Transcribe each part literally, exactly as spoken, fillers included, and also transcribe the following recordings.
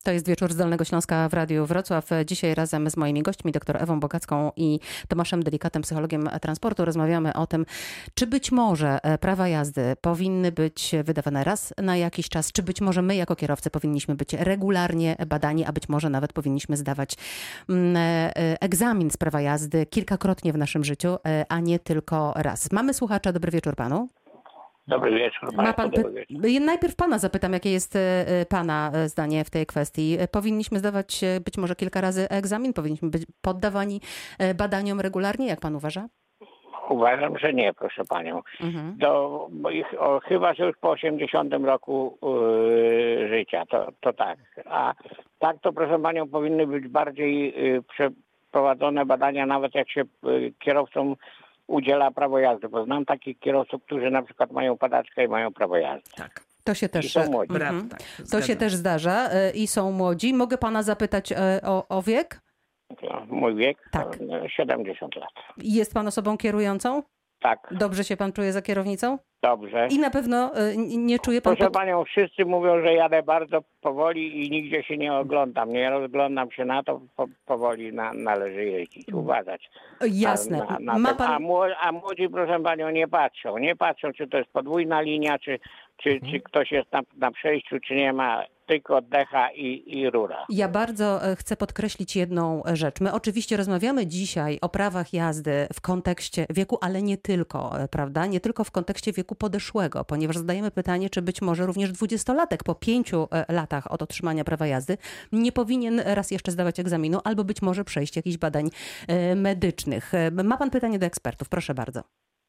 To jest wieczór z Dolnego Śląska w Radiu Wrocław. Dzisiaj razem z moimi gośćmi, dr Ewą Bogacką i Tomaszem Delikatem, psychologiem transportu, rozmawiamy o tym, czy być może prawa jazdy powinny być wydawane raz na jakiś czas, czy być może my jako kierowcy powinniśmy być regularnie badani, a być może nawet powinniśmy zdawać egzamin z prawa jazdy kilkakrotnie w naszym życiu, a nie tylko raz. Mamy słuchacza. Dobry wieczór panu. Dobry wieczór. Ma pan py... Najpierw pana zapytam, jakie jest pana zdanie w tej kwestii. Powinniśmy zdawać być może kilka razy egzamin? Powinniśmy być poddawani badaniom regularnie? Jak pan uważa? Uważam, że nie, proszę panią. Mhm. Do, ich, o, chyba, że już po osiemdziesiątym roku yy, życia, to, to tak. A tak to, proszę panią, powinny być bardziej yy, przeprowadzone badania, nawet jak się yy, kierowcom udziela prawo jazdy, bo znam takich kierowców, którzy na przykład mają padaczkę i mają prawo jazdy. Tak. To się też, I są młodzi. Mhm. Tak, to się też zdarza i są młodzi. Mogę pana zapytać o, o wiek? Mój wiek? Tak. siedemdziesiąt lat. Jest pan osobą kierującą? Tak. Dobrze się pan czuje za kierownicą? Dobrze. I na pewno nie czuje pan... Proszę pod... panią, wszyscy mówią, że jadę bardzo powoli i nigdzie się nie oglądam. Nie rozglądam się na to, po, powoli na, należy jeździć, uważać. Jasne. Na, na, na Ma pan... a, młodzi, a młodzi, proszę panią, nie patrzą. Nie patrzą, czy to jest podwójna linia, czy, czy, hmm. czy ktoś jest na, na przejściu, czy nie ma. Tylko oddecha i, i rura. Ja bardzo chcę podkreślić jedną rzecz. My oczywiście rozmawiamy dzisiaj o prawach jazdy w kontekście wieku, ale nie tylko, prawda? Nie tylko w kontekście wieku podeszłego, ponieważ zadajemy pytanie, czy być może również dwudziestolatek po pięciu latach od otrzymania prawa jazdy nie powinien raz jeszcze zdawać egzaminu albo być może przejść jakichś badań medycznych. Ma pan pytanie do ekspertów, proszę bardzo.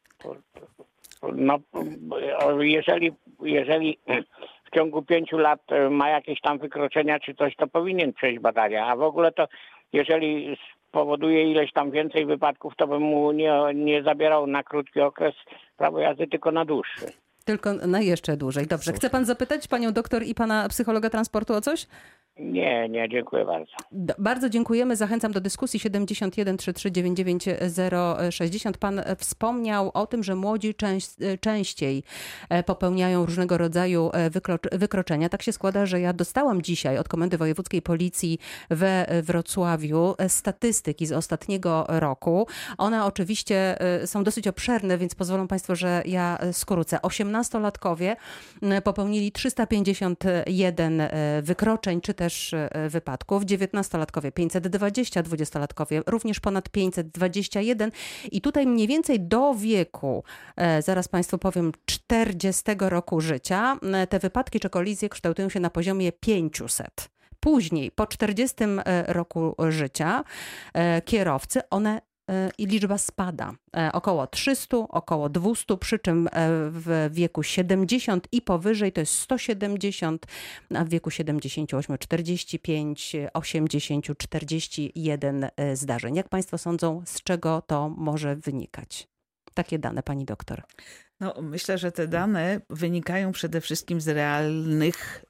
No, jeżeli, jeżeli w ciągu pięciu lat ma jakieś tam wykroczenia czy coś, to powinien przejść badania. A w ogóle to, jeżeli spowoduje ileś tam więcej wypadków, to bym mu nie, nie zabierał na krótki okres prawo jazdy, tylko na dłuższy. Tylko na jeszcze dłużej. Dobrze. Chce pan zapytać panią doktor i pana psychologa transportu o coś? Nie, nie, dziękuję bardzo. Do, bardzo dziękujemy. Zachęcam do dyskusji siedemdziesiąt jeden trzydzieści trzy dziewięćdziesiąt dziewięć zero sześćdziesiąt. Pan wspomniał o tym, że młodzi część, częściej popełniają różnego rodzaju wykroczenia. Tak się składa, że ja dostałam dzisiaj od Komendy Wojewódzkiej Policji we Wrocławiu statystyki z ostatniego roku. One oczywiście są dosyć obszerne, więc pozwolą państwo, że ja skrócę. osiemnastolatkowie popełnili trzysta pięćdziesiąt jeden wykroczeń, czy też wypadków. dziewiętnastolatkowie pięćset dwadzieścia, dwudziestolatkowie również ponad pięćset dwadzieścia jeden. I tutaj mniej więcej do wieku, zaraz państwu powiem, czterdziestego roku życia, te wypadki czy kolizje kształtują się na poziomie pięćset. Później, po czterdziestym roku życia kierowcy, one i liczba spada. Około trzysta, około dwieście, przy czym w wieku siedemdziesiąt i powyżej to jest sto siedemdziesiąt, a w wieku siedemdziesiąt osiem czterdzieści pięć, osiemdziesiąt czterdzieści jeden zdarzeń. Jak państwo sądzą, z czego to może wynikać? Takie dane, pani doktor. No, myślę, że te dane wynikają przede wszystkim z realnych,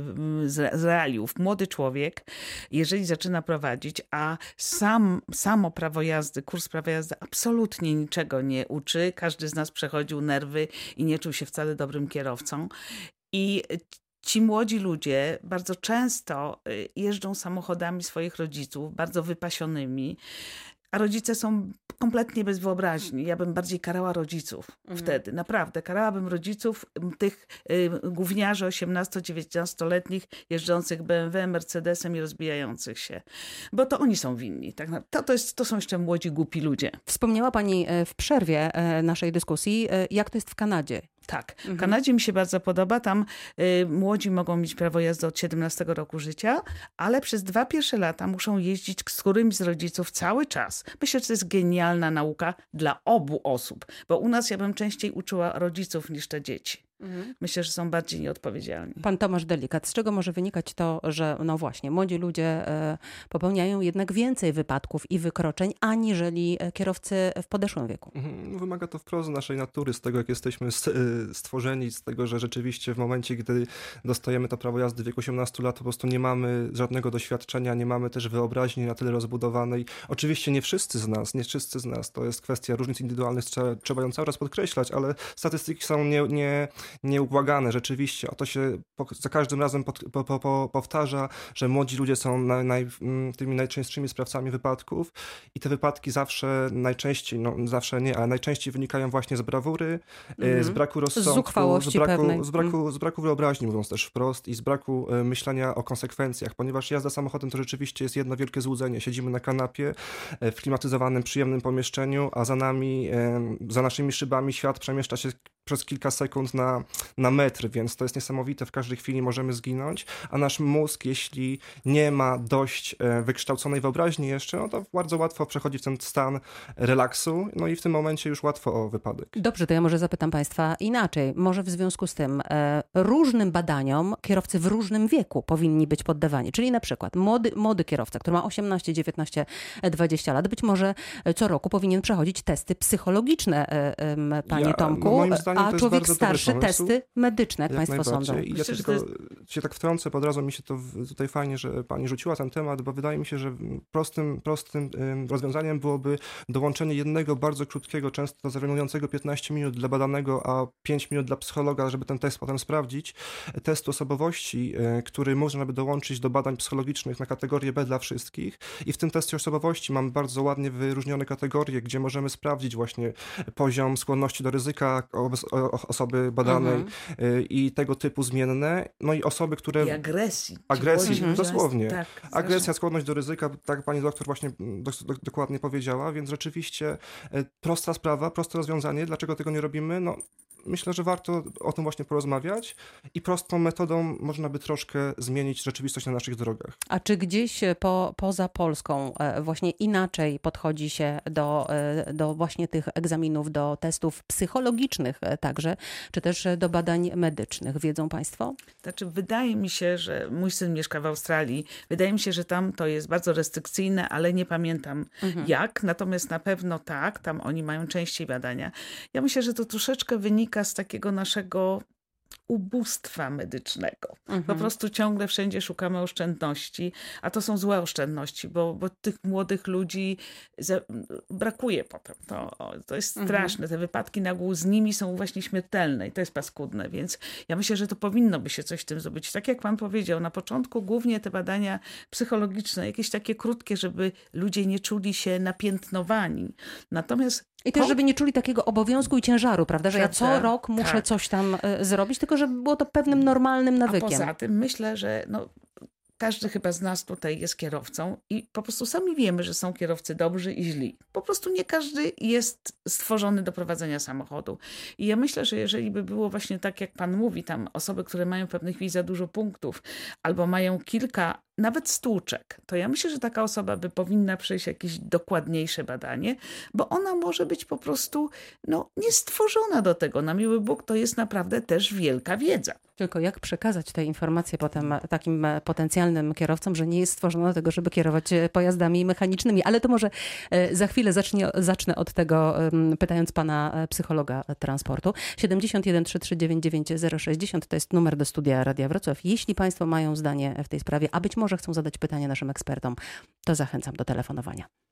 z realiów. Młody człowiek, jeżeli zaczyna prowadzić, a sam, samo prawo jazdy, kurs prawa jazdy absolutnie niczego nie uczy. Każdy z nas przechodził nerwy i nie czuł się wcale dobrym kierowcą. I ci młodzi ludzie bardzo często jeżdżą samochodami swoich rodziców, bardzo wypasionymi, a rodzice są kompletnie bez wyobraźni. Ja bym bardziej karała rodziców mhm. wtedy. Naprawdę. Karałabym rodziców tych y, gówniarzy osiemnasto-dziewiętnastoletnich jeżdżących B M W, Mercedesem i rozbijających się. Bo to oni są winni. Tak na, to, to, jest, to są jeszcze młodzi, głupi ludzie. Wspomniała pani w przerwie naszej dyskusji, jak to jest w Kanadzie. Tak. W Kanadzie mi się bardzo podoba. Tam y, młodzi mogą mieć prawo jazdy od siedemnastego roku życia, ale przez dwa pierwsze lata muszą jeździć z którymś z rodziców cały czas. Myślę, że to jest genialna nauka dla obu osób, bo u nas ja bym częściej uczyła rodziców niż te dzieci. Mhm. Myślę, że są bardziej nieodpowiedzialni. Pan Tomasz Delikat, z czego może wynikać to, że no właśnie, młodzi ludzie popełniają jednak więcej wypadków i wykroczeń, aniżeli kierowcy w podeszłym wieku? Mhm. Wymaga to wprost naszej natury, z tego jak jesteśmy stworzeni, z tego, że rzeczywiście w momencie, gdy dostajemy to prawo jazdy w wieku osiemnastu lat, po prostu nie mamy żadnego doświadczenia, nie mamy też wyobraźni na tyle rozbudowanej. Oczywiście nie wszyscy z nas, nie wszyscy z nas, to jest kwestia różnic indywidualnych, trzeba, trzeba ją cały czas podkreślać, ale statystyki są nie, nie nieubłagane. Rzeczywiście, o to się po, za każdym razem pod, po, po, po, powtarza, że młodzi ludzie są na, naj, tymi najczęstszymi sprawcami wypadków i te wypadki zawsze, najczęściej, no zawsze nie, ale najczęściej wynikają właśnie z brawury, mm. z braku rozsądku, z zuchwałości z braku, pewnej. z, braku, z braku wyobraźni, mówiąc też wprost, i z braku myślenia o konsekwencjach, ponieważ jazda samochodem to rzeczywiście jest jedno wielkie złudzenie. Siedzimy na kanapie w klimatyzowanym, przyjemnym pomieszczeniu, a za nami, za naszymi szybami świat przemieszcza się przez kilka sekund na, na metr, więc to jest niesamowite, w każdej chwili możemy zginąć, a nasz mózg, jeśli nie ma dość wykształconej wyobraźni jeszcze, no to bardzo łatwo przechodzi w ten stan relaksu, no i w tym momencie już łatwo o wypadek. Dobrze, to ja może zapytam Państwa inaczej. Może w związku z tym e, różnym badaniom kierowcy w różnym wieku powinni być poddawani, czyli na przykład młody, młody kierowca, który ma osiemnaście, dziewiętnaście, dwadzieścia lat, być może co roku powinien przechodzić testy psychologiczne, e, e, Panie ja, Tomku, no moim zdaniem a człowiek starszy testy medyczne, jak, jak Państwo sądzą. I ja tylko jest... się tak wtrącę, bo od razu mi się to tutaj fajnie, że Pani rzuciła ten temat, bo wydaje mi się, że prostym, prostym rozwiązaniem byłoby dołączenie jednego bardzo krótkiego, często zajmującego piętnaście minut dla badanego, a pięć minut dla psychologa, żeby ten test potem sprawdzić, testu osobowości, który można by dołączyć do badań psychologicznych na kategorię B dla wszystkich. I w tym teście osobowości mamy bardzo ładnie wyróżnione kategorie, gdzie możemy sprawdzić właśnie poziom skłonności do ryzyka osoby badanej mhm. i tego typu zmienne. No i osoby, które... I agresji. Agresji, mhm. dosłownie. Tak, Agresja, skłonność do ryzyka, tak pani doktor właśnie do, do, dokładnie powiedziała, więc rzeczywiście prosta sprawa, proste rozwiązanie. Dlaczego tego nie robimy? No, myślę, że warto o tym właśnie porozmawiać i prostą metodą można by troszkę zmienić rzeczywistość na naszych drogach. A czy gdzieś po, poza Polską właśnie inaczej podchodzi się do, do właśnie tych egzaminów, do testów psychologicznych także, czy też do badań medycznych? Wiedzą Państwo? Znaczy, wydaje mi się, że mój syn mieszka w Australii. Wydaje mi się, że tam to jest bardzo restrykcyjne, ale nie pamiętam mhm. jak. Natomiast na pewno tak, tam oni mają częściej badania. Ja myślę, że to troszeczkę wynika z takiego naszego ubóstwa medycznego. Mhm. Po prostu ciągle wszędzie szukamy oszczędności, a to są złe oszczędności, bo, bo tych młodych ludzi za, brakuje potem. To, to jest mhm. straszne. Te wypadki na głół z nimi są właśnie śmiertelne i to jest paskudne, więc ja myślę, że to powinno by się coś z tym zrobić. Tak jak pan powiedział, na początku głównie te badania psychologiczne, jakieś takie krótkie, żeby ludzie nie czuli się napiętnowani. Natomiast I też, żeby nie czuli takiego obowiązku i ciężaru, prawda, że ja co rok muszę tak. coś tam y, zrobić, tylko żeby było to pewnym normalnym nawykiem. A poza tym myślę, że no, każdy chyba z nas tutaj jest kierowcą i po prostu sami wiemy, że są kierowcy dobrzy i źli. Po prostu nie każdy jest stworzony do prowadzenia samochodu. I ja myślę, że jeżeli by było właśnie tak, jak pan mówi, tam osoby, które mają w pewnej chwili za dużo punktów albo mają kilka nawet stłuczek, to ja myślę, że taka osoba by powinna przejść jakieś dokładniejsze badanie, bo ona może być po prostu no, niestworzona do tego. Na miły Bóg, to jest naprawdę też wielka wiedza. Tylko jak przekazać te informacje potem takim potencjalnym kierowcom, że nie jest stworzona do tego, żeby kierować pojazdami mechanicznymi. Ale to może za chwilę zacznie, zacznę od tego, pytając pana psychologa transportu. siedemdziesiąt jeden trzysta trzydzieści dziewięćdziesiąt dziewięć zero sześćdziesiąt to jest numer do studia Radia Wrocław. Jeśli państwo mają zdanie w tej sprawie, a być może chcą zadać pytanie naszym ekspertom, to zachęcam do telefonowania.